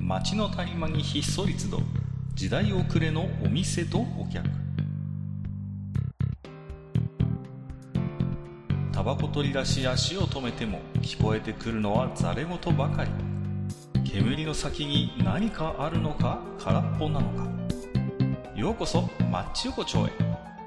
街の谷間にひっそり集う時代遅れのお店とお客。タバコ取り出し足を止めても聞こえてくるのはざれ言ばかり。煙の先に何かあるのか空っぽなのか。ようこそマッチ横丁へ。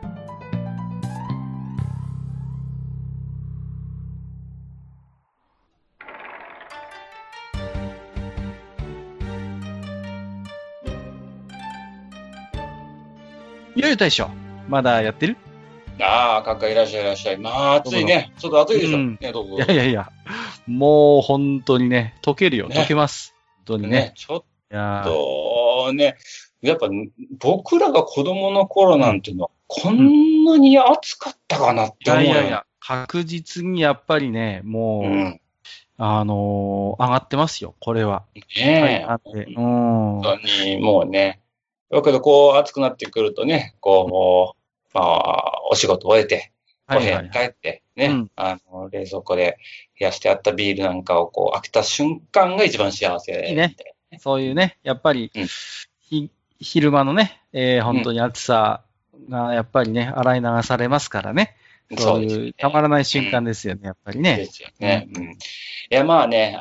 いよいよ大将、まだやってる？ ああ、かっかいらっしゃいいらっしゃい。まあ、暑いね。ちょっと暑いでしょ。ね、どうぞ。 いや、もう本当にね、溶けるよ、溶けます。本当にね。 ちょっとね、やっぱ僕らが子供の頃なんていうのは、こんなに暑かったかなって思うよ。 いや、確実にやっぱりね、もう、上がってますよ、これは。 ねえ。本当に、もうね。だけど、こう、暑くなってくるとね、こう、まあ、お仕事終えて、お部屋に帰って、ね、冷蔵庫で冷やしてあったビールなんかをこう、開けた瞬間が一番幸せ。 いいね。そういうね、やっぱり、昼間のね、本当に暑さが、やっぱりね、洗い流されますからね。そういう、たまらない瞬間ですよね、やっぱりね。 ですよね。いや、まあね、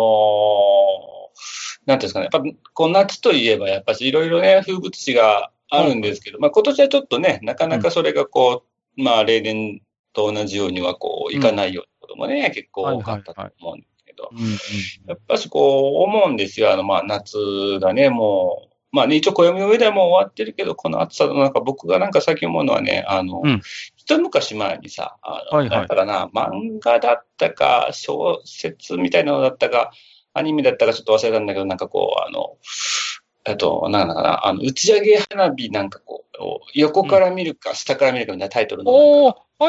なんていうんですかね。やっぱ、こう夏といえば、やっぱしいろいろね、風物詩があるんですけど、まあ今年はちょっとね、なかなかそれがこう、まあ例年と同じようにはこう、いかないようなこともね、結構多かったと思うんですけど、やっぱしこう、思うんですよ。まあ夏がね、もう、まあね、一応暦の上ではもう終わってるけど、この暑さの中、僕がなんか最近思うのはね、一昔前にさ、だったかな、漫画だったか、小説みたいなのだったか、アニメだったかちょっと忘れたんだけど、なんかこう、なんだかな、打ち上げ花火なんかこう、横から見るか、下から見るかみたいなタイトルの。 はい。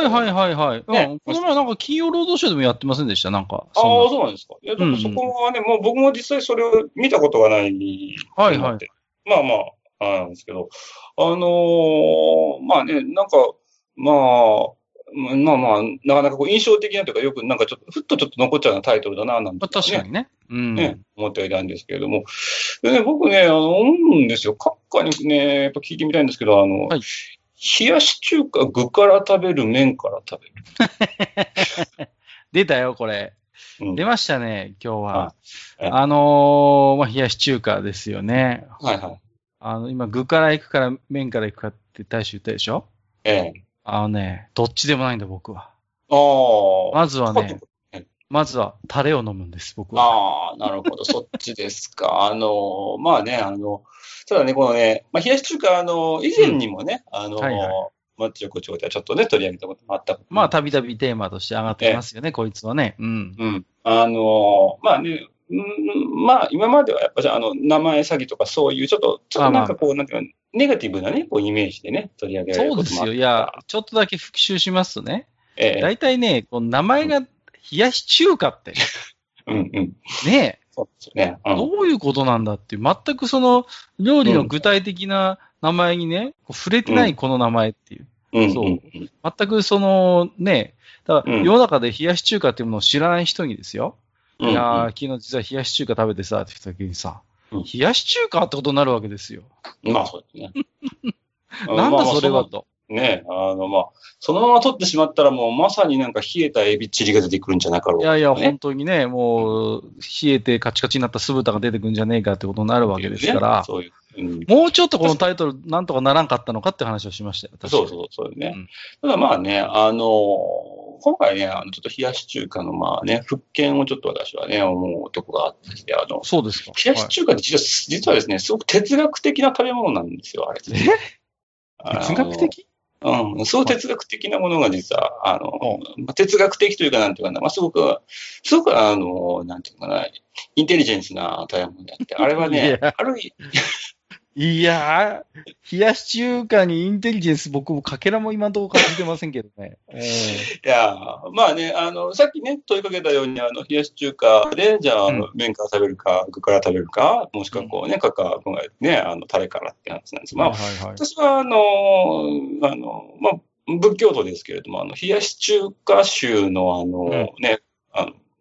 この前なんか金曜ロードショーでもやってませんでしたなんか。 ああ、そうなんですか。いや、でもそこはね、もう僕も実際それを見たことがない。まあまあ、なんですけど、まあね、なんか、まあ、なかなかこう印象的なというか、よくなんかちょっと、ふっとちょっと残っちゃうようなタイトルだな、なんて、 確かにね。 ね、思ってはいたんですけれども。でね、僕ね、思うんですよ。閣下にね、やっぱ聞いてみたいんですけど、冷やし中華、具から食べる、麺から食べる。 出たよ、これ。出ましたね、今日は。まあ、冷やし中華ですよね。今、具から行くから、麺から行くかって大将言ったでしょ？どっちでもないんだ、僕は。まずは、タレを飲むんです、僕は。 ああ、なるほど、そっちですか。まあね、ただね、このね、まあ、冷やし中華、以前にもね、マッチ横丁ではちょっとね、取り上げたこともあった。 まあ、たびたびテーマとして上がってますよね、こいつはね。 まあね、まあ、今まではやっぱり、名前詐欺とかそういう、ちょっとなんかこう、なんていうか、ネガティブなね、こう、イメージでね、取り上げられることもあった。 そうですよ。いや、ちょっとだけ復習しますとね、大体ね、この名前が冷やし中華って。ねえ。 そうですよね。 どういうことなんだっていう、全くその、料理の具体的な名前にね、触れてないこの名前っていう。そう。全くその、ね、だから世の中で冷やし中華っていうものを知らない人にですよ。いやー、昨日実は冷やし中華食べてさ、って言った時にさ、冷やし中華ってことになるわけですよ。 まあそうですね。 なんだそれはと。 ねまあ、そのまま取ってしまったらもうまさになんか冷えたエビチリが出てくるんじゃなかろうか、 いや、本当にね、もう、冷えてカチカチになった酢豚が出てくるんじゃねえかってことになるわけですから、もうちょっとこのタイトルなんとかならんかったのかって話をしましたよ。 そうね。ただまあね、今回ね、ちょっと冷やし中華のまあね、復権をちょっと私はね、思うとこがあってですね、 そうですか。 冷やし中華って実はですね、すごく哲学的な食べ物なんですよ、あれ。 哲学的？ すごい哲学的なものが実は、哲学的というか、なんていうかな、まあ、すごく、なんていうかな、インテリジェンスな食べ物であって、あれはね、 いやー、冷やし中華にインテリジェンス僕もかけらも今のところ感じてませんけどね。 いやまあね、さっきね、問いかけたように、冷やし中華で、じゃあ、麺から食べるか、具から食べるか、もしくはこうね、考えてね、タレからって話なんです。まあ、私は、まあ、仏教徒ですけれども、冷やし中華宗のね、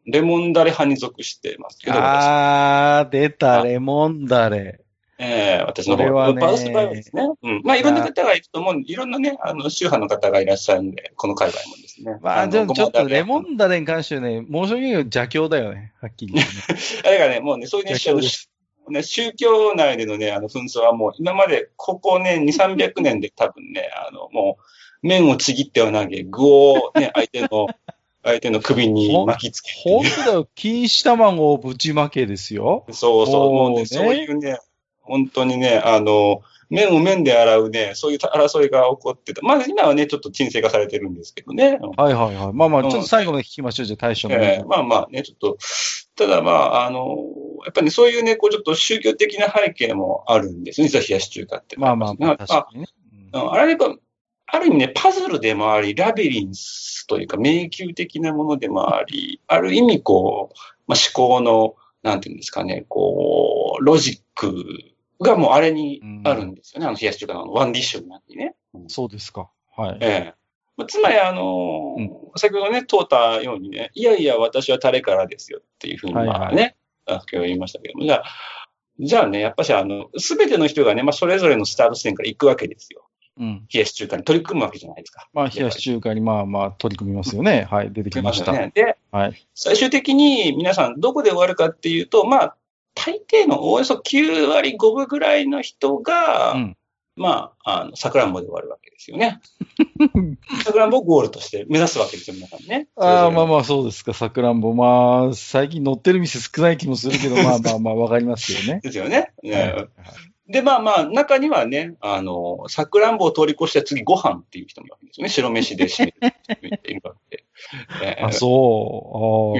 レモンダレ派に属してますけど。 出た、レモンダレ。 私の方はね。 私の場合はですね。まあ、いろんな方がいると思う。いろんなね、宗派の方がいらっしゃるんで、この界隈もですね。 でもちょっとレモンダレに関してはね、申し訳ないけど邪教だよね。はっきり言ってね。 だからね、もうね、そういうね、宗教内でのね、紛争はもう、今まで、ここね、2、300年で多分ね、もう、麺をちぎっては投げ、具をね、相手の首に巻きつけて。 本当だよ。錦糸卵をぶちまけですよ。 そうそう。もうね、そういうね、本当にね、麺を麺で洗うね、そういう争いが起こってた。まあ今はね、ちょっと沈静化されてるんですけどね。 はいはいはい。まあまあ、ちょっと最後まで聞きましょう、じゃあ大将の。 まあまあね、ちょっと、ただまあ、やっぱりね、そういうね、こうちょっと宗教的な背景もあるんですね、実は冷やし中華って。 まあまあ、確かにね。 あれはある意味ね、パズルでもあり、ラビリンスというか、迷宮的なものでもあり、ある意味こう、まあ、思考の、なんていうんですかね、こう、ロジックがもうあれにあるんですよね、冷やし中華のワンディッシュになってね。 そうですか。はい。 つまり先ほどね、通ったようにね、いやいや、私はタレからですよっていうふうに、まあね、先ほど言いましたけども、じゃあね、やっぱしすべての人がね、まあ、それぞれのスタート地点から行くわけですよ。冷やし中華に取り組むわけじゃないですか。 まあ、冷やし中華にまあまあ取り組みますよね。はい、出てきました。 で、最終的に皆さんどこで終わるかっていうと、まあ、大抵のおよそ9割5分ぐらいの人が、まあ、さくらんぼで終わるわけですよね。さくらんぼをゴールとして目指すわけですよ、皆さんね。 まあまあそうですか、さくらんぼ。まあ、最近乗ってる店少ない気もするけど、まあまあまあわかりますよね。 ですよね。で、まあまあ、中にはね、さくらんぼを通り越して次ご飯っていう人もいるわけですよね。白飯で締める人もいるわけで。 そう。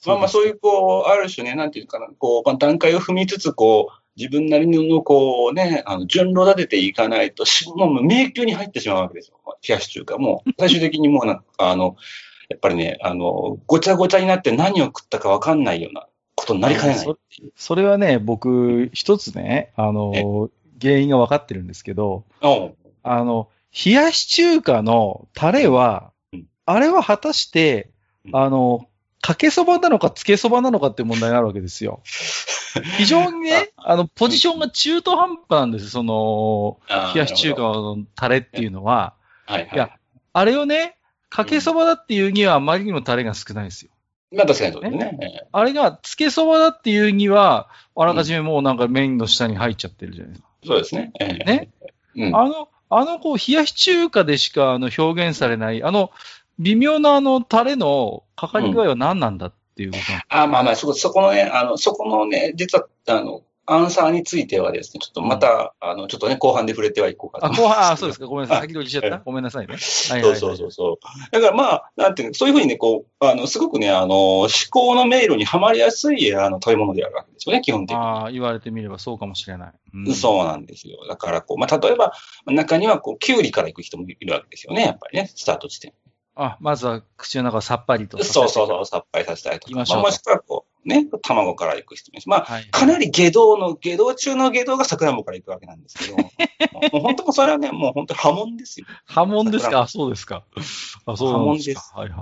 まあまあ、そういう、こう、ある種ね、なんていうかな、こう、段階を踏みつつ、こう、自分なりの、こうね、順路立てていかないと、もう迷宮に入ってしまうわけですよ。冷やし中華。もう、最終的にもうやっぱりね、ごちゃごちゃになって何を食ったかわかんないようなことになりかねないっていう。 それはね、僕、一つね、原因が分かってるんですけど、冷やし中華のタレは、あれは果たして、かけそばなのかつけそばなのかって問題になるわけですよ。非常にね、ポジションが中途半端なんですよ、冷やし中華のタレっていうのは。いや、あれをね、かけそばだっていうにはあまりにもタレが少ないですよ。 まあ確かにそうですね。 あれがつけそばだっていうには、あらかじめもうなんか麺の下に入っちゃってるじゃないですか。 そうですね。 ね。こう、冷やし中華でしか表現されない、微妙なタレのかかり具合は何なんだっていうことなんです。 まあまあ、そこのね、実は、アンサーについてはですね、ちょっとまた、ちょっとね、後半で触れてはいこうかと。 後半、そうですか。ごめんなさい。先取りしちゃったごめんなさいね。 そうそう。だからまあ、なんていうの、そういうふうにね、こう、すごくね、思考の迷路にはまりやすい、食べ物であるわけですよね、基本的に。 言われてみればそうかもしれない。 そうなんですよ。だから、こう、まあ、例えば、中には、こう、キュウリから行く人もいるわけですよね、やっぱりね、スタート地点。 まずは口の中をさっぱりと。 そう、さっぱりさせたいとか。もしくはこう、ね、卵から行く人もいる。まあ、かなり下道中の下道がさくらんぼから行くわけなんですけど、もう本当それはね、もう本当波紋ですよ。 波紋ですか？そうですか。そうなんですか。 はい。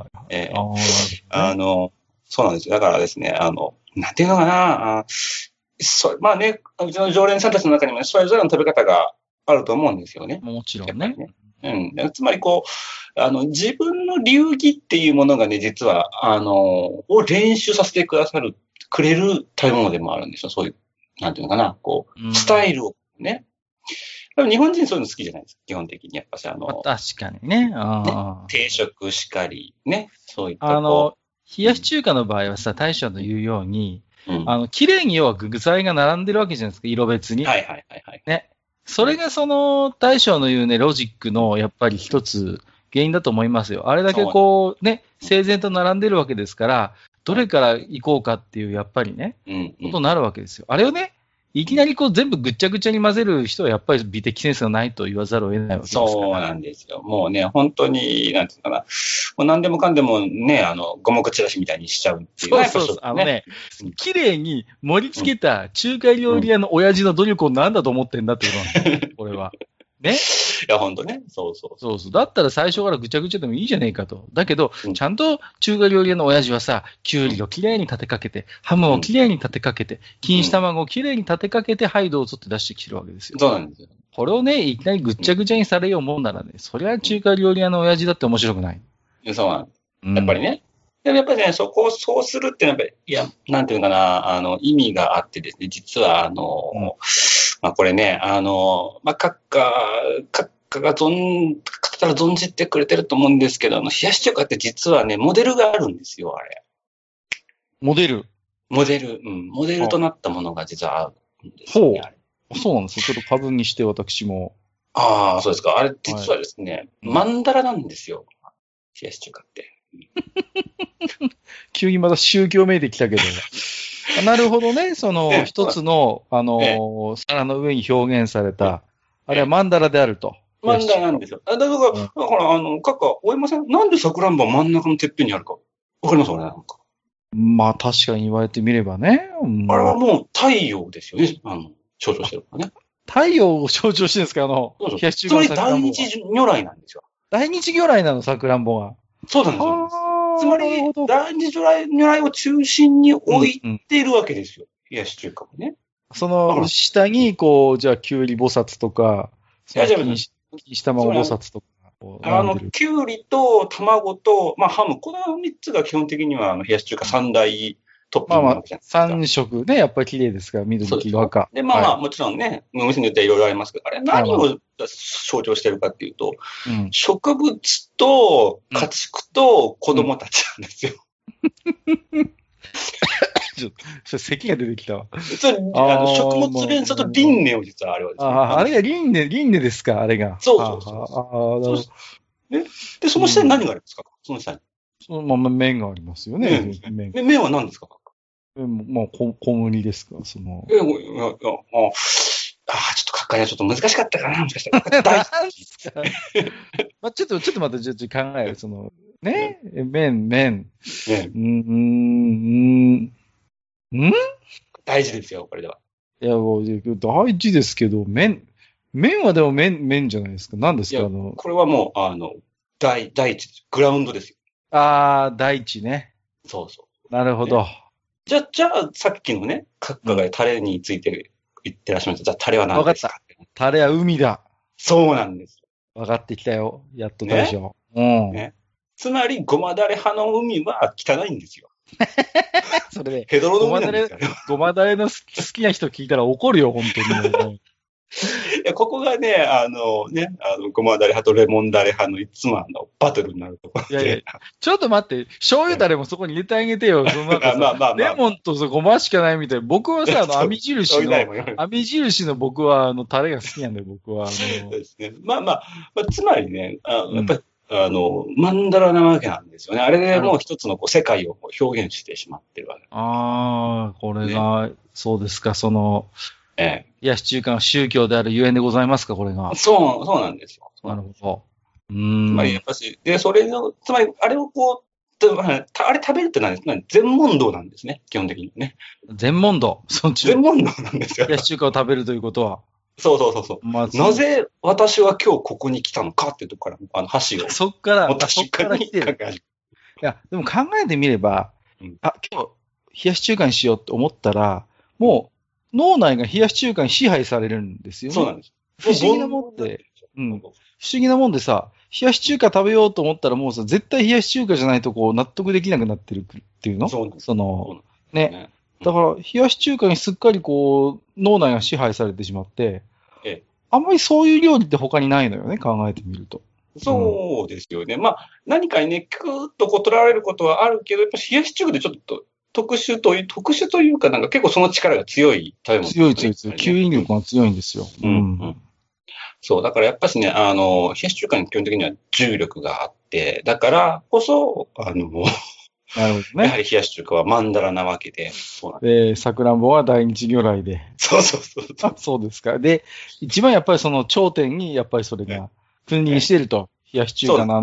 そうなんですよ。だからですね、なんていうのかな、まあね、うちの常連さんたちの中にもそれぞれの食べ方があると思うんですよね。 もちろんね。 つまりこう、自分の流儀っていうものがね、実は、を練習させてくれる食べ物でもあるんですよ。そういう、なんていうのかな、こう、スタイルをね。日本人そういうの好きじゃないですか、基本的に。やっぱし、 確かにね。 定食しかり、ね。そういった冷やし中華の場合はさ、大将の言うように、綺麗に要は具材が並んでるわけじゃないですか、色別に。ね。それが大将の言うね、ロジックの、やっぱり一つ、原因だと思いますよ。あれだけこう、ね、整然と並んでるわけですから、どれから行こうかっていう、やっぱりね、ことになるわけですよ。あれをね、いきなりこう全部ぐっちゃぐちゃに混ぜる人はやっぱり美的センスがないと言わざるを得ないわけですから。 そうなんですよ。もうね、本当に、なんていうかな、もう何でもかんでもね、五目チラシみたいにしちゃうっていう。 そう、綺麗に盛り付けた中華料理屋の親父の努力を何だと思ってんだってことなんですよ、これは。 いや、ほんとね。そうそう。 そうそう。だったら最初からぐちゃぐちゃでもいいじゃねえかと。だけど、ちゃんと中華料理屋の親父はさ、キュウリをきれいに立てかけて、ハムをきれいに立てかけて、錦糸卵をきれいに立てかけて、はいどうぞって出してきてるわけですよ。 そうなんですよ。 これをね、いきなりぐっちゃぐちゃにされようもんならね、そりゃ中華料理屋の親父だって面白くない。 そうなんです。やっぱりね。でもやっぱりね、そうするっていうのは、いや、なんていうのかな、意味があってですね、実は、まあ、これね、まあ、閣下が存じてくれてると思うんですけど、冷やし中華って実はね、モデルがあるんですよ、あれ。 モデルモデルとなったものが実はあるんですよね、あれ。 そうなんですよ。ちょっと過分にして私も。 ああ、そうですか。あれ、実はですね、マンダラなんですよ、冷やし中華って。 急にまた宗教めいてきたけど。なるほどね。一つの、皿の上に表現された、あれはマンダラであると。 マンダラなんですよ。だから、閣下、大山さん、なんで桜んぼ真ん中のてっぺんにあるか、わかりますかね、なんか。 まあ、確かに言われてみればね。 あれはもう太陽ですよね、象徴してるからね。 太陽を象徴してるんですか、冷やし中華の桜んぼは。 つまり大日如来なんですよ。 大日如来なの、桜んぼは。 そうなんですよ。つまり、大日如来を中心に置いているわけですよ。冷やし中華もね。 その下に、じゃあ、きゅうり菩薩とか、錦糸卵菩薩とか。 きゅうりと卵と、まあ、ハム、この3つが基本的には、冷やし中華三大トッピングなわけじゃないですか。 3色ね、やっぱり綺麗ですから、緑、黄色、赤。 で、まあまあ、もちろんね、お店によってはいろいろありますけど、あれ何を象徴してるかっていうと、植物と家畜と子供たちなんですよ。 ちょっと、咳が出てきたわ。 食物連鎖と輪廻を実はあれはですね。 あれが輪廻ですか、あれが。 そう。で、その下に何がありますか、その下に。 麺がありますよね。 麺は何ですか？ まあ、小麦ですか、 ちょっと閣下にはちょっと難しかったかな、もしかしたら。 まあ、ちょっと待って、考える。ね、麺。 大事ですよ、これでは。 いや、もう、大事ですけど、麺はでも麺じゃないですか。何ですか、 これはもう、大地、グラウンドですよ。 大地ね。 そうそう。 なるほど。 じゃあ、さっきのね、閣下がタレについて言ってらっしゃいました。じゃあ、タレは何ですか？ わかった。タレは海だ。 そうなんです。 わかってきたよ。やっと大将。 つまり、ごまだれ派の海は汚いんですよ。 それで、 ヘドロの海なんですから。 ごまだれの好きな人聞いたら怒るよ、本当に。 いや、ここがね、ごまだれ派とレモンだれ派のいつもバトルになるところで。 いや、ちょっと待って、醤油だれもそこに入れてあげてよ。レモンとごましかないみたいな。僕はさ、網印の僕は、タレが好きなんだよ、僕は。 そうですね。まあ、つまりね、やっぱり、マンダラなわけなんですよね。あれでもう一つの世界を表現してしまってるわけ。 これが、そうですか、冷やし中華の宗教であるゆえんでございますか、これが。 そうなんですよ。 なるほど。 つまり、やっぱし、で、つまり、あれをあれ食べるって何ですか？全問答なんですね、基本的にね。 全問答。 全問答なんですよ。 冷やし中華を食べるということは。 そう。なぜ私は今日ここに来たのかっていうところから、箸を。 そっから来てる。 いや、でも考えてみれば、今日、冷やし中華にしようって思ったら、もう、脳内が冷やし中華に支配されるんですよね。 そうなんです。 不思議なもんで、不思議なもんでさ、冷やし中華食べようと思ったらもうさ、絶対冷やし中華じゃないと納得できなくなってるっていうの？ね。だから、冷やし中華にすっかり脳内が支配されてしまって、あんまりそういう料理って他にないのよね、考えてみると。 そうですよね。まあ、何かにね、クーッと取られることはあるけど、やっぱ冷やし中華でちょっと、特殊というか、なんか結構その力が強い食べ物、 強い。吸引力が強いんですよ。 そう、だからやっぱしね、冷やし中華に基本的には重力があって、だからこそ、 なるほどね。 やはり冷やし中華はマンダラなわけで。 さくらんぼは大日如来で。 そう。 そうですか。で、一番やっぱりその頂点に、やっぱりそれが、君臨してると。冷やし中華の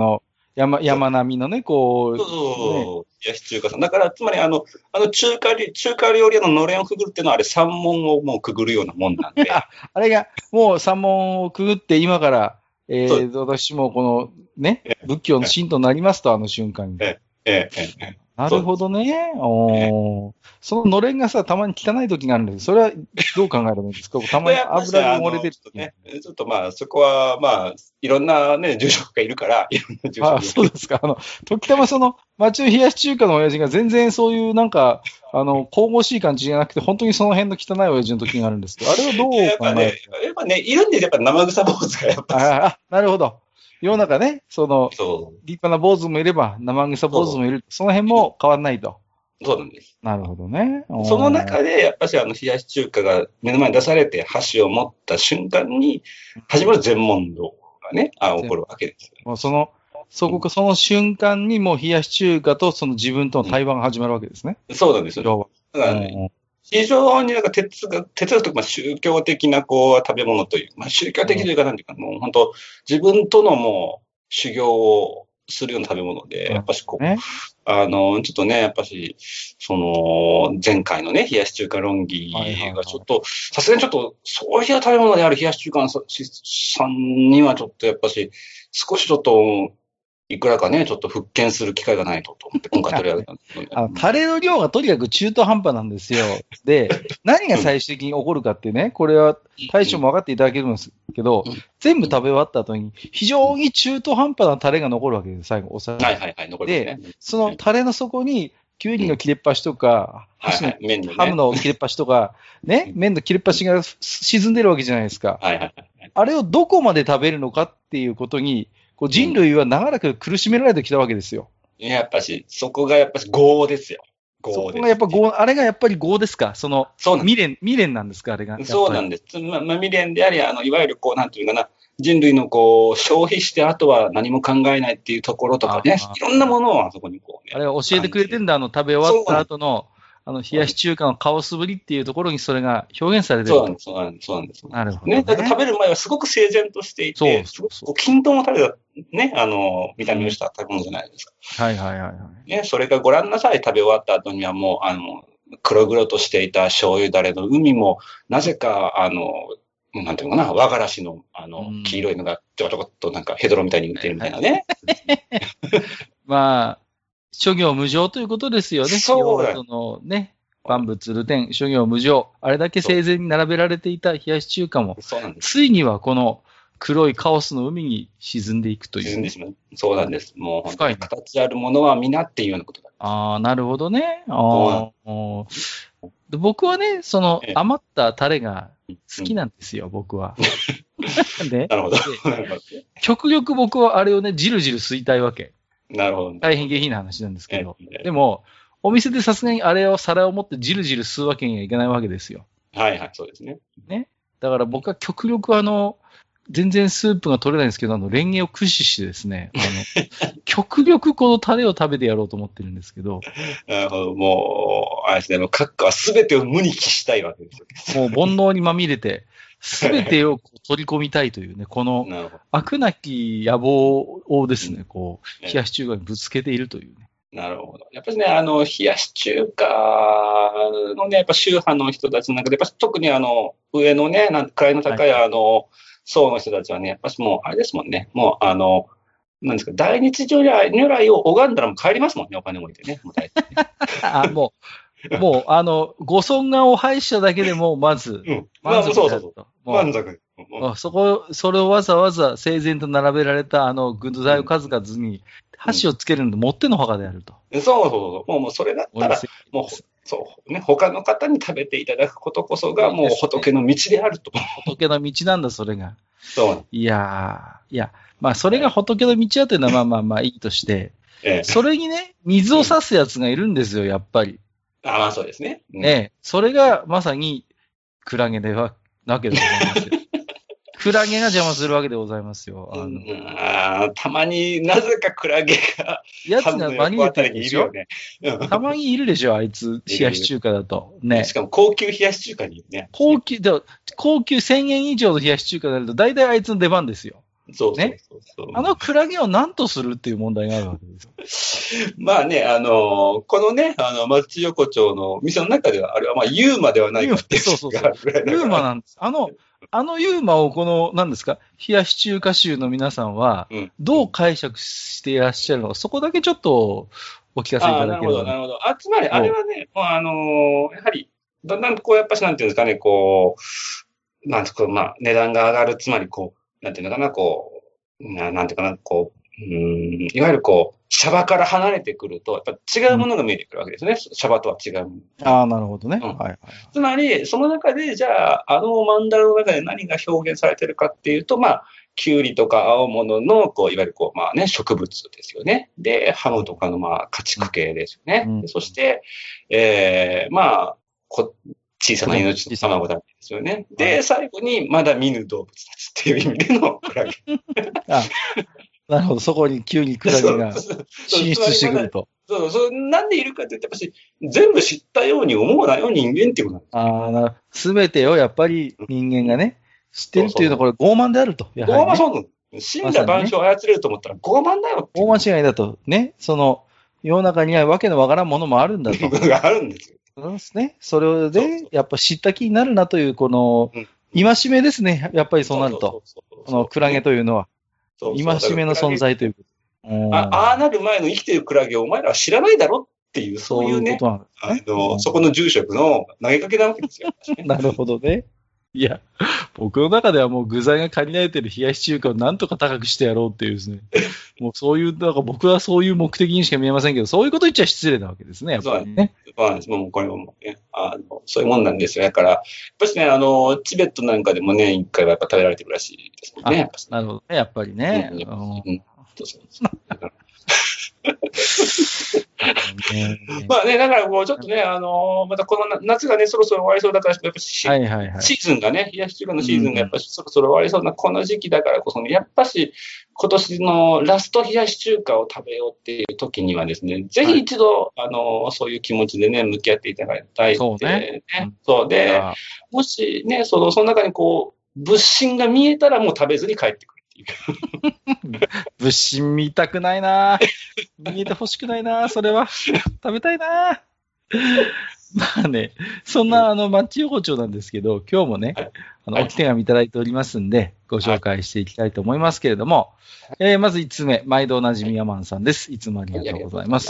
山並みのね、こう。 そうそう。冷やし中華さん。だから、つまり中華料理屋ののれんをくぐるっていうのは、あれ、三門をもうくぐるようなもんなんで。 あれが、もう三門をくぐって、今から、私もこの、ね、仏教の信徒になりますと、あの瞬間に。なるほどね。そののれんがさ、たまに汚い時があるんです。それはどう考えればいいんですか？たまに油が漏れてる。 ちょっとまあ、そこはまあ、いろんなね、住職がいるから、いろんな住職が。 そうですか。時たまその、町の冷やし中華の親父が全然そういうなんか、神々しい感じじゃなくて、本当にその辺の汚い親父の時があるんですけど、あれはどう考える？ やっぱね、いるんで、やっぱ生臭坊主がやっぱ。 なるほど。世の中ね、立派な坊主もいれば、生臭坊主もいる。その辺も変わらないと。 そうなんです。 なるほどね。 その中で、やっぱし冷やし中華が目の前に出されて、箸を持った瞬間に、始まる全問答がね、起こるわけですよ。 その瞬間にもう冷やし中華とその自分との対話が始まるわけですね。 そうなんですよ。だからね、非常になんか哲学というか、宗教的な食べ物という、宗教的というか、なんていうか、もう本当、自分とのもう修行をするような食べ物で、やっぱしちょっとね、やっぱし、前回のね、冷やし中華論議がちょっと、さすがにちょっと、そういう食べ物である冷やし中華さんにはちょっとやっぱし、少しちょっと、いくらかね、ちょっと復権する機会がないと思って、今回取り上げたんですよね。 タレの量がとにかく中途半端なんですよ。で、何が最終的に起こるかってね、これは大将も分かっていただけるんですけど、全部食べ終わった後に、非常に中途半端なタレが残るわけです、最後、お皿。 残るね。 で、そのタレの底に、キュウリの切れっ端とか、ハムの切れっ端とか、ね、麺の切れっ端が沈んでるわけじゃないですか。あれをどこまで食べるのかっていうことに、人類は長らく苦しめられてきたわけですよ。 やっぱし、そこがやっぱし業ですよ。 そこがやっぱあれがやっぱり業ですか？未練なんですか？あれが。 そうなんです。未練であり、いわゆるなんていうかな、人類の消費してあとは何も考えないっていうところとかね、いろんなものをあそこにあれは教えてくれてんだ、食べ終わった後の、冷やし中華のカオスぶりっていうところにそれが表現されてる。 そうなんです。 なるほどね。 だから食べる前はすごく整然としていて、すごく均等も食べた、ね、見た目をした食べ物じゃないですか。ね、それがご覧なさい、食べ終わった後にはもう、黒々としていた醤油だれの海も、なぜか、なんていうのかな、和がらしの、黄色いのがちょこちょこっとなんかヘドロみたいに売ってるみたいなね。 まあ、諸行無常ということですよね。 そうだ。 ね、万物流転、諸行無常。あれだけ整然に並べられていた冷やし中華も、ついにはこの黒いカオスの海に沈んでいくという。 沈んでしまう。そうなんです。もう本当に形あるものは皆っていうようなことだ。 なるほどね。僕はね、余ったタレが好きなんですよ、僕は。 なるほど。 極力僕はあれをね、じるじる吸いたいわけ。 なるほど。 大変下品な話なんですけど。でも、お店でさすがにあれを皿を持ってじるじる吸うわけにはいかないわけですよ。 そうですね。 ね。だから僕は極力全然スープが取れないんですけど、レンゲを駆使してですね、極力このタレを食べてやろうと思ってるんですけど。 なるほど。もう、あれですね、閣下は全てを無に帰したいわけですよ。もう煩悩にまみれて、全てを取り込みたいというね、この悪なき野望をですね、冷やし中華にぶつけているというね。 なるほど。やっぱりね、冷やし中華のね、やっぱ宗派の人たちの中で、やっぱ特に上のね、位の高い層の人たちはね、やっぱしもう、あれですもんね、もうなんですか、大日如来を拝んだらもう帰りますもんね、お金を置いてね。 もう、ご尊顔を拝しただけでも、まず、満足だと。 満足。 それをわざわざ整然と並べられた具材を数々に、箸をつけるのでもってのほかであると。 そう。もうそれだったら、もう、そうね、他の方に食べていただくことこそが、もう仏の道であると。 仏の道なんだ、それが。 そう。 いや、まあ、それが仏の道だというのは、まあいいとして、それにね、水を差すやつがいるんですよ、やっぱり。 まあそうですね。 それがまさに、クラゲなわけでございますよ。クラゲが邪魔するわけでございますよ。 たまになぜかクラゲが、 やつが紛れてるでしょ。たまにいるでしょ、あいつ、冷やし中華だと。ね。 しかも高級冷やし中華にいるね。 高級1000円以上の冷やし中華になると、大体あいつの出番ですよ。 そうね。クラゲを何とするっていう問題があるわけですよ。 まあね、このね、町横丁の店の中では、あれはまあ、ユーマではないかっていう。 そう。ユーマなんです。ユーマを何ですか、冷やし中華州の皆さんは、どう解釈していらっしゃるのか、そこだけちょっとお聞かせいただければ。 なるほど。つまり、あれはね、もうやはり、だんだんやっぱしなんていうんですかね、なんですか、まあ、値段が上がる、つまりなんていうのかな、なんていうかな、いわゆるシャバから離れてくると、やっぱ違うものが見えてくるわけですね。シャバとは違うもの。なるほどね。はい。 つまり、その中で、じゃあ、マンダラの中で何が表現されてるかっていうと、まあ、キュウリとか青物の、いわゆるまあね、植物ですよね。で、ハムとかの、まあ、家畜系ですよね。そして、まあ、小さな命の卵だけですよね。で、最後に、まだ見ぬ動物たちっていう意味でのクラゲ。 なるほど、そこに急にクラゲが進出してくると。 なんでいるかって言って、やっぱし、全部知ったように思わないよ、人間っていうことなんです。 すべてをやっぱり人間がね、知ってるっていうのはこれ傲慢であると。 傲慢そうなの。死んだ万象を操れると思ったら傲慢だよ。 大間違いだと。ね、世の中にはわけのわからんものもあるんだと。 があるんですよ。 そうですね。それで、やっぱ知った気になるなという、戒めですね。やっぱりそうなると。クラゲというのは。戒めの存在という。 ああなる前の生きてるクラゲをお前らは知らないだろっていう、そういうね。そこの住職の投げかけなわけですよ。 なるほどね。いや、僕の中ではもう具材が限られてる冷やし中華をなんとか高くしてやろうっていうですね。もうそういう、なんか僕はそういう目的にしか見えませんけど、そういうこと言っちゃ失礼なわけですね、やっぱりね。 そうなんです。もうこれもね、そういうもんなんですよ。だから、やっぱしね、チベットなんかでもね、一回はやっぱ食べられてるらしいですもんね。 なるほどね、やっぱりね。 まあね、だからちょっとね、またこの夏がね、そろそろ終わりそうだから、やっぱシーズンがね、冷やし中華のシーズンがやっぱそろそろ終わりそうなこの時期だからこそね、やっぱし今年のラスト冷やし中華を食べようっていう時にはですね、ぜひ一度、そういう気持ちでね、向き合っていただきたいってね。そうで、もしね、その中に物心が見えたらもう食べずに帰ってくる。 物心見たくないな見えてほしくないなそれは。食べたいなまあね、そんなマッチ横丁なんですけど、今日もね、置き手紙いただいておりますんで、ご紹介していきたいと思いますけれども、まず5つ目、毎度おなじみヤマンさんです。いつもありがとうございます。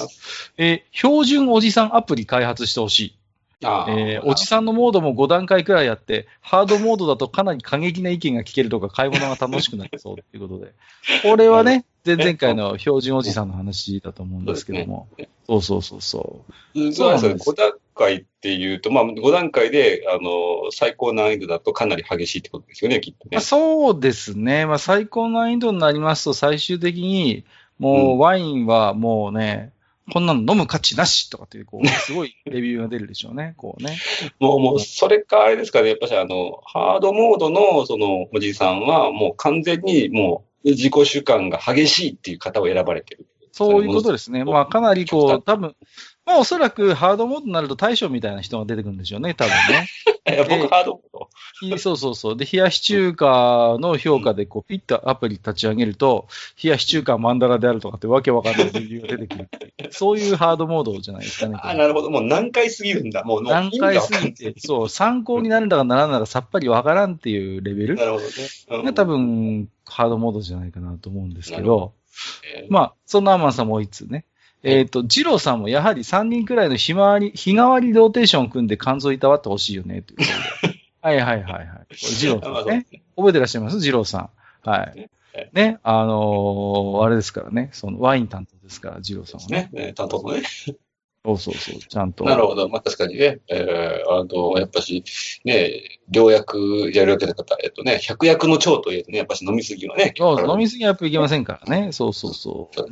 標準おじさんアプリ開発してほしい。おじさんのモードも5段階くらいあって、ハードモードだとかなり過激な意見が聞けるとか、買い物が楽しくなるそうということで。これはね、前々回の標準おじさんの話だと思うんですけども。そうそう。 そうなんですよ。5段階っていうと、まあ5段階で、最高難易度だとかなり激しいってことですよね、きっとね。 そうですね。まあ最高難易度になりますと、最終的に、もうワインはもうね、こんなの飲む価値なしとかっていう、すごいレビューが出るでしょうね。 もう、それかあれですかね、やっぱりハードモードのそのおじさんは、もう完全にもう自己主観が激しいっていう方を選ばれてる。 そういうことですね。まあかなり多分、まあおそらくハードモードになると大将みたいな人が出てくるんでしょうね、多分ね。 僕ハードモードそう。で、冷やし中華の評価でピッとアプリ立ち上げると、冷やし中華マンダラであるとかってわけわかんないレビューが出てくるっていう。そういうハードモードじゃないですかね。 なるほど。もう難解すぎるんだ。もう難解すぎて、そう、参考になるんだかならんだかさっぱりわからんっていうレベル。 なるほどね。 が多分、ハードモードじゃないかなと思うんですけど、まあ、そんなアマンさんもう一つね。ジローさんもやはり3人くらいの日替わりローテーションを組んで肝臓いたわってほしいよね、ということで。はい。ジローさんね。覚えてらっしゃいますジローさん。はい。ね、あれですからね、ワイン担当ですから、ジローさんはね。 担当のね。 そう、ちゃんと。 なるほど。まあ確かにね、やっぱし、ね、良薬やるわけだから、百薬の長というとね、やっぱし飲みすぎはね。 飲みすぎはやっぱいけませんからね。そう。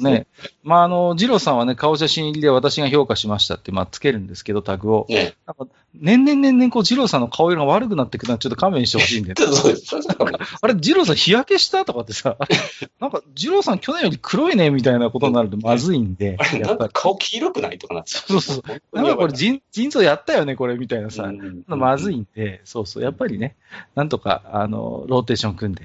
ね。まあジローさんはね、顔写真入りで私が評価しましたって、まあつけるんですけど、タグを。ね。なんか年々ジローさんの顔色が悪くなってくるのはちょっと勘弁してほしいんで。 そうです。 あれ、ジローさん日焼けしたとかってさ、なんかジローさん去年より黒いねみたいなことになるとまずいんで。 やっぱり顔黄色くないとかなって。 そう。なんかこれ腎臓やったよね、これみたいなさ。まずいんで、そう。やっぱりね、なんとか、ローテーション組んで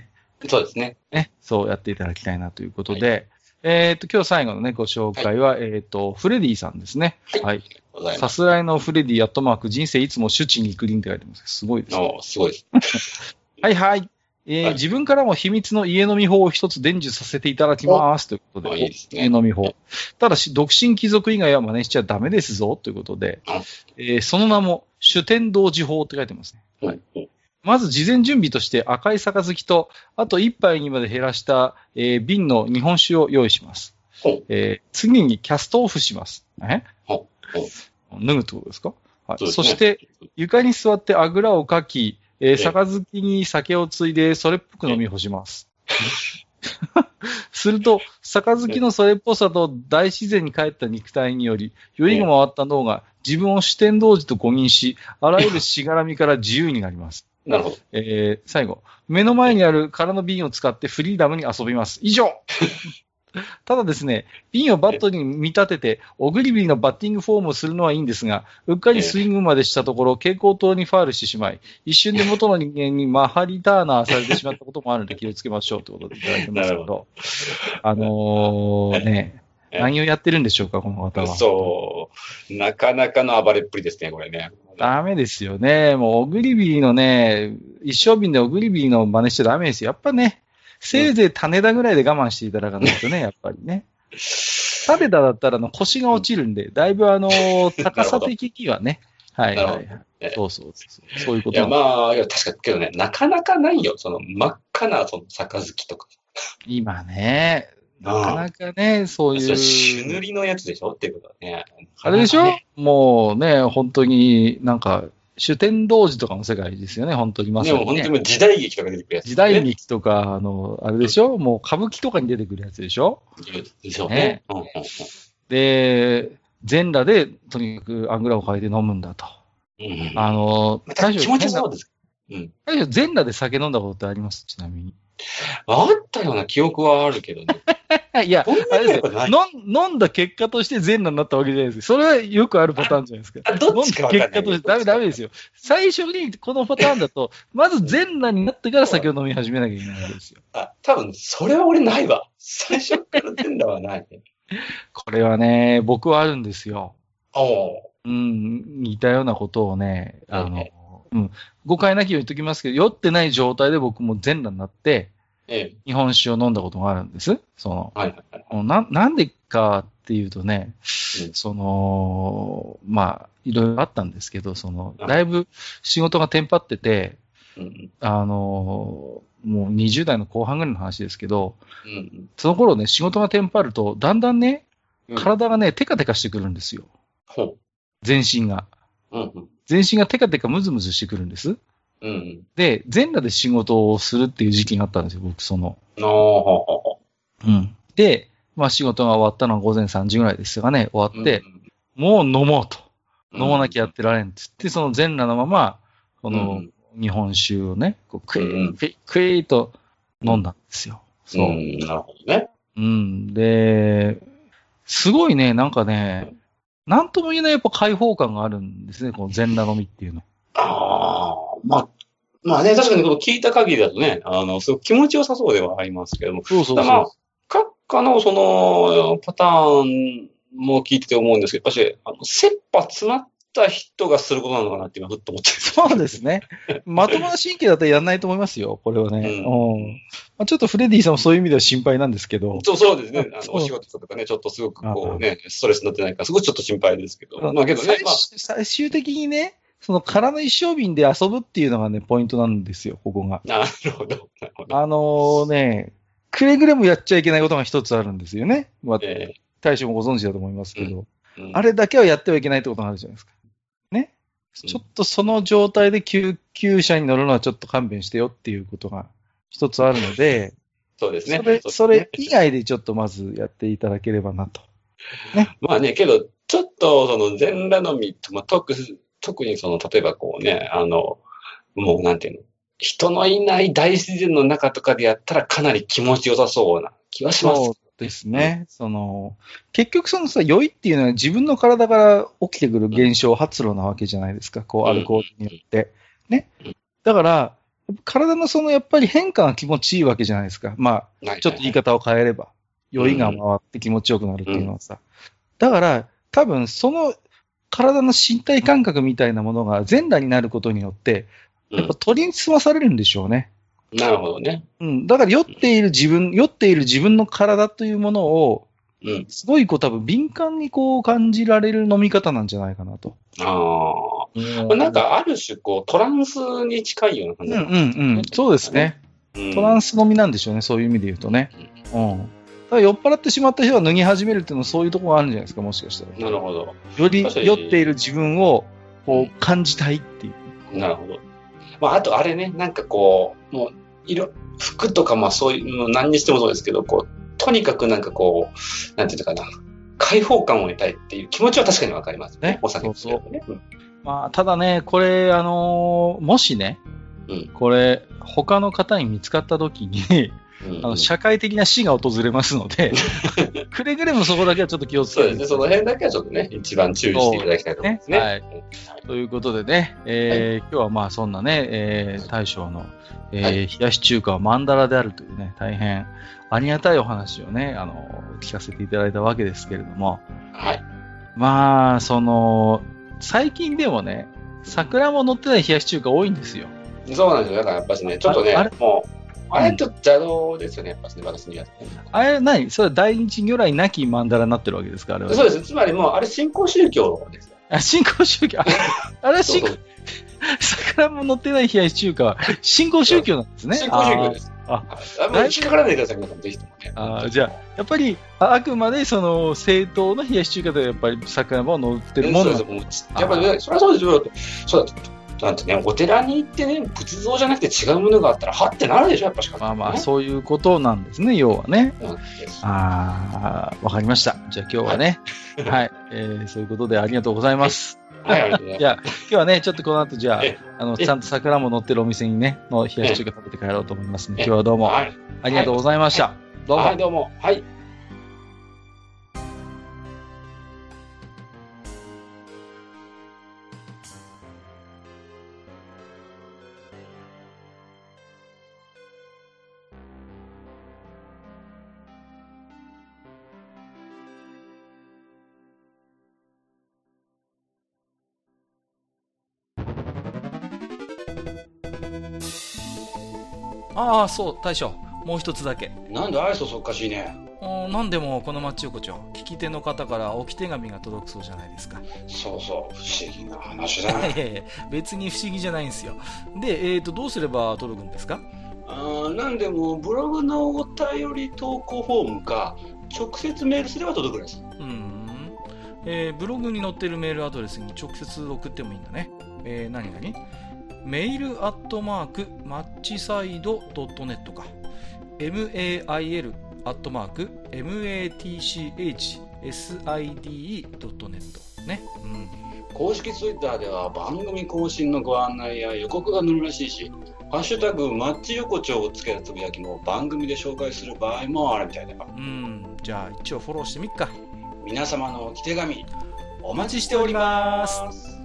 そうですね。 そうやっていただきたいなということで、今日最後のね、ご紹介は、フレディさんですね。はい。さすらいのフレディ人生いつも主治肉林って書いてます。すごいですね。 すごいです。 はいはい。自分からも秘密の家飲み法を一つ伝授させていただきますということで、 いいですね、 家飲み法。ただし、独身貴族以外は真似しちゃダメですぞということで、その名も、主天道寺法って書いてますね。まず事前準備として赤い杯と、あと一杯にまで減らした、瓶の日本酒を用意します。次にキャストオフします。脱ぐってことですか？はい。そして、床に座ってあぐらをかき、杯に酒をついでそれっぽく飲み干します。すると、杯のそれっぽさと大自然に帰った肉体により、酔いが回った脳が自分を主天道寺と誤認し、あらゆるしがらみから自由になります。 なるほど。 最後。目の前にある空の瓶を使ってフリーダムに遊びます。以上ただですね、瓶をバットに見立てて、オグリビーのバッティングフォームをするのはいいんですが、うっかりスイングまでしたところ、蛍光灯にファールしてしまい、一瞬で元の人間にマハリターナーされてしまったこともあるので気をつけましょうということでいただいてますけど、何をやってるんでしょうか、この方は。 そう。なかなかの暴れっぷりですね、これね。 ダメですよね。もう、オグリビーのね、一升瓶でオグリビーの真似しちゃダメですよ。やっぱね、せいぜい種田ぐらいで我慢していただかないとね、やっぱりね。種田だったら腰が落ちるんで、だいぶ高さ的にはね。はいはいはい。そういうこと。 いや、確かけどね、なかなかないよ。真っ赤な、杯とか。 今ね、なかなかね、そういう。 朱塗りのやつでしょっていうことはね。 あれでしょ？もうね、本当になんか、主天道寺とかの世界ですよね、本当にまさに、ね。 でも本当に時代劇とか出てくるやつ、 ね。時代劇とか、あれでしょ？もう歌舞伎とかに出てくるやつでしょ？ でしょうね。 で、全裸で、とにかくあぐらをかいて飲むんだと。 気持ちそうです。 全裸で酒飲んだことってあります？ちなみに。 あったような記憶はあるけどね。 いや、あれですよ。飲んだ結果として全裸になったわけじゃないです。それはよくあるパターンじゃないですか。 どっちか分かんない。 飲んだ結果としてダメですよ。最初にこのパターンだと、まず全裸になってから酒を飲み始めなきゃいけないわけですよ。 多分、それは俺ないわ。最初から全裸はない。 これはね、僕はあるんですよ。 似たようなことをね、誤解なきように言っときますけど、酔ってない状態で僕も全裸になって、日本酒を飲んだことがあるんです。なんでかっていうとね、いろいろあったんですけど、だいぶ仕事がテンパってて、もう20代の後半ぐらいの話ですけど、その頃ね、仕事がテンパると、だんだんね、体がね、テカテカしてくるんですよ。全身が。全身がテカテカムズムズしてくるんです。で、全裸で仕事をするっていう時期があったんですよ、僕、で、仕事が終わったのは午前3時ぐらいですがね、終わって、もう飲もうと。飲まなきゃやってられんって言って、全裸のまま、日本酒をね、クイーと飲んだんですよ。 なるほどね。 で、すごいね、なんかね、なんとも言えないやっぱ開放感があるんですね、この全裸飲みっていうの。 ね、確かに聞いた限りだとね、すごく気持ちよさそうではありますけども。閣下のパターンも聞いてて思うんですけど、やっぱり、切羽詰まった人がすることなのかなって今、ふっと思ってる。 そうですね。まともな神経だったらやんないと思いますよ、これはね。ちょっとフレディさんもそういう意味では心配なんですけど。 そうですね。お仕事とかね、ちょっとすごくストレスになってないから、すごいちょっと心配ですけど。けどね。 最終的にね、空の一升瓶で遊ぶっていうのがね、ポイントなんですよ、ここが。 なるほど。 くれぐれもやっちゃいけないことが一つあるんですよね。大将もご存知だと思いますけど。あれだけはやってはいけないってことがあるじゃないですか。ね。ちょっとその状態で救急車に乗るのはちょっと勘弁してよっていうことが一つあるので、 そうですね。 それ以外でちょっとまずやっていただければなと。 ね。けど、ちょっと全裸飲み、特に例えばもうなんていうの、人のいない大自然の中とかでやったらかなり気持ちよさそうな気はします。 そうですね。結局酔いっていうのは自分の体から起きてくる現象、発露なわけじゃないですか。アルコールによって。ね。だから、 体のやっぱり変化が気持ちいいわけじゃないですか。まあ、ちょっと言い方を変えれば。酔いが回って気持ちよくなるっていうのはさ。だから、多分体の身体感覚みたいなものが全裸になることによって、やっぱ取り澄まされるんでしょうね。 なるほどね。 だから酔っている自分の体というものを、すごい多分敏感に感じられる飲み方なんじゃないかなと。 なんかある種トランスに近いような感じなんですね。 そうですね。トランス飲みなんでしょうね、そういう意味で言うとね。ただ酔っ払ってしまった人が脱ぎ始めるっていうのはそういうところがあるんじゃないですか、もしかしたら。 なるほど。 より酔っている自分を感じたいっていう。 なるほど。まあ、あとあれね、なんかもう、服とかそういうの何にしてもそうですけど、とにかくなんかなんていうのかな、開放感を得たいっていう気持ちは確かにわかりますね。お酒ってね。 まあ、ただね、これ、もしね、これ、他の方に見つかった時に、社会的な死が訪れますので、くれぐれもそこだけはちょっと気をつけて。 そうですね、その辺だけはちょっとね、一番注意していただきたいと思いますね。はい。 ということでね、今日はまあそんなね、大将の、冷やし中華はマンダラであるというね、大変ありがたいお話をね、聞かせていただいたわけですけれども、 はい。 まあ、最近でもね、桜も乗ってない冷やし中華多いんですよ。 そうなんですよ。だからやっぱしね、ちょっとね、もう、あれちょっと邪道ですよね、やっぱしね、私には。 あれ何それは大日如来なきマンダラになってるわけですかあれは。 そうです。つまりもう、あれ新興宗教ですよ。 新興宗教あれは桜も乗ってない冷やし中華は新興宗教なんですね。 新興宗教です。あんまり引っかからないでください、皆さん、ぜひともね。 じゃあ、やっぱり、あくまで正当の冷やし中華でやっぱり桜も乗ってるものなんです。 やっぱりね、それはそうですよ。そうだなんてね、お寺に行ってね、仏像じゃなくて違うものがあったら、はってなるでしょ、やっぱしかし、ね。 まあ、そういうことなんですね、要はね。わかりました。じゃあ今日はね、はい、そういうことでありがとうございます。 はい、ありがとうございます。 じゃあ、今日はね、ちょっとこの後、じゃあ、ちゃんと桜も乗ってるお店にね、の冷やし中華食べて帰ろうと思いますので、今日はどうも、ありがとうございました。どうも。 はい、どうも。はい。 ああ、そう、大将。もう一つだけ。 なんで愛想そっかしいね。 なんでもこの町横丁、聞き手の方から置き手紙が届くそうじゃないですか。 そうそう、不思議な話だね。 いやいや、別に不思議じゃないんですよ。で、どうすれば届くんですか？ なんでも、ブログのお便り投稿フォームか、直接メールすれば届くんです。 ブログに載ってるメールアドレスに直接送ってもいいんだね。何メールアットマークマッチサイドドットネットか。mail アットマーク matchside.net ね。 公式ツイッターでは番組更新のご案内や予告が載るらしいし、ハッシュタグマッチ横丁をつけたつぶやきも番組で紹介する場合もあるみたいだから。 じゃあ一応フォローしてみっか。 皆様のお手紙お待ちしております。